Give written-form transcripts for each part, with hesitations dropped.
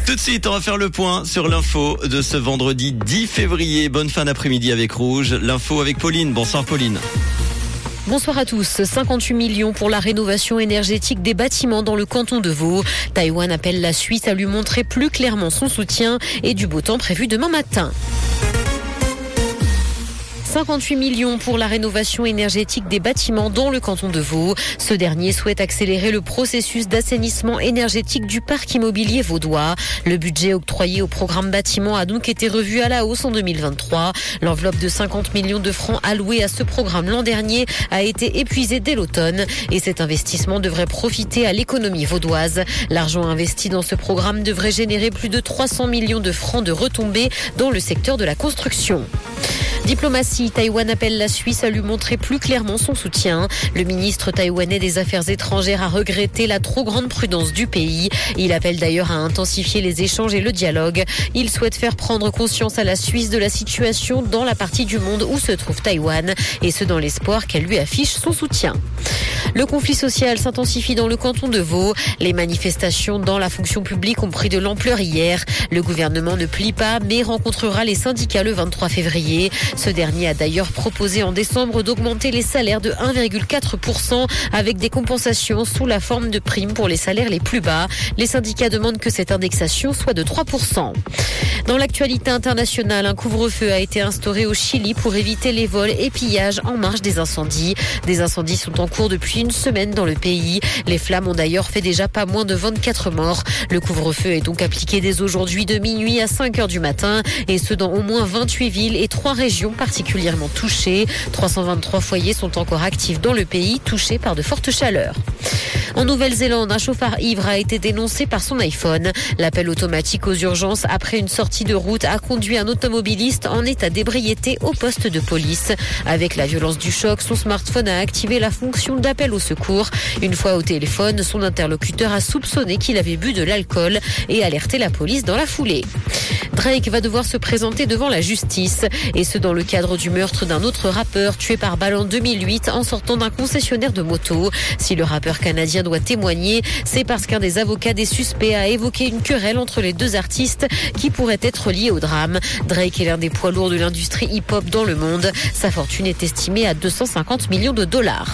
Tout de suite, on va faire le point sur l'info de ce vendredi 10 février. Bonne fin d'après-midi avec Rouge. L'info avec Pauline. Bonsoir Pauline. Bonsoir à tous. 58 millions pour la rénovation énergétique des bâtiments dans le canton de Vaud. Taïwan appelle la Suisse à lui montrer plus clairement son soutien et du beau temps prévu demain matin. 58 millions pour la rénovation énergétique des bâtiments dans le canton de Vaud. Ce dernier souhaite accélérer le processus d'assainissement énergétique du parc immobilier vaudois. Le budget octroyé au programme bâtiment a donc été revu à la hausse en 2023. L'enveloppe de 50 millions de francs allouée à ce programme l'an dernier a été épuisée dès l'automne et cet investissement devrait profiter à l'économie vaudoise. L'argent investi dans ce programme devrait générer plus de 300 millions de francs de retombées dans le secteur de la construction. Diplomatie, Taïwan appelle la Suisse à lui montrer plus clairement son soutien. Le ministre taïwanais des Affaires étrangères a regretté la trop grande prudence du pays. Il appelle d'ailleurs à intensifier les échanges et le dialogue. Il souhaite faire prendre conscience à la Suisse de la situation dans la partie du monde où se trouve Taïwan, et ce dans l'espoir qu'elle lui affiche son soutien. Le conflit social s'intensifie dans le canton de Vaud. Les manifestations dans la fonction publique ont pris de l'ampleur hier. Le gouvernement ne plie pas, mais rencontrera les syndicats le 23 février. Ce dernier a d'ailleurs proposé en décembre d'augmenter les salaires de 1,4% avec des compensations sous la forme de primes pour les salaires les plus bas. Les syndicats demandent que cette indexation soit de 3%. Dans l'actualité internationale, un couvre-feu a été instauré au Chili pour éviter les vols et pillages en marge des incendies. Des incendies sont en cours depuis une semaine dans le pays. Les flammes ont d'ailleurs fait déjà pas moins de 24 morts. Le couvre-feu est donc appliqué dès aujourd'hui de minuit à 5 heures du matin et ce dans au moins 28 villes et 3 régions particulièrement touchées. 323 foyers sont encore actifs dans le pays, touchés par de fortes chaleurs. En Nouvelle-Zélande, un chauffard ivre a été dénoncé par son iPhone. L'appel automatique aux urgences après une sortie de route a conduit un automobiliste en état d'ébriété au poste de police. Avec la violence du choc, son smartphone a activé la fonction d'appel au secours. Une fois au téléphone, son interlocuteur a soupçonné qu'il avait bu de l'alcool et alerté la police dans la foulée. Drake va devoir se présenter devant la justice, et ce dans le cadre du meurtre d'un autre rappeur tué par balle en 2008 en sortant d'un concessionnaire de moto. Si le rappeur canadien doit témoigner, c'est parce qu'un des avocats des suspects a évoqué une querelle entre les deux artistes qui pourrait être liée au drame. Drake est l'un des poids lourds de l'industrie hip-hop dans le monde. Sa fortune est estimée à 250 millions de dollars.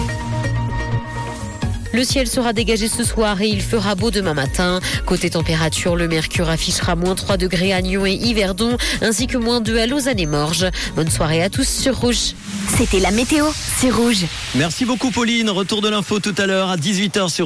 Le ciel sera dégagé ce soir et il fera beau demain matin. Côté température, le mercure affichera moins 3 degrés à Nyon et Yverdon, ainsi que moins 2 à Lausanne et Morges. Bonne soirée à tous sur Rouge. C'était la météo, c'est Rouge. Merci beaucoup Pauline. Retour de l'info tout à l'heure à 18h sur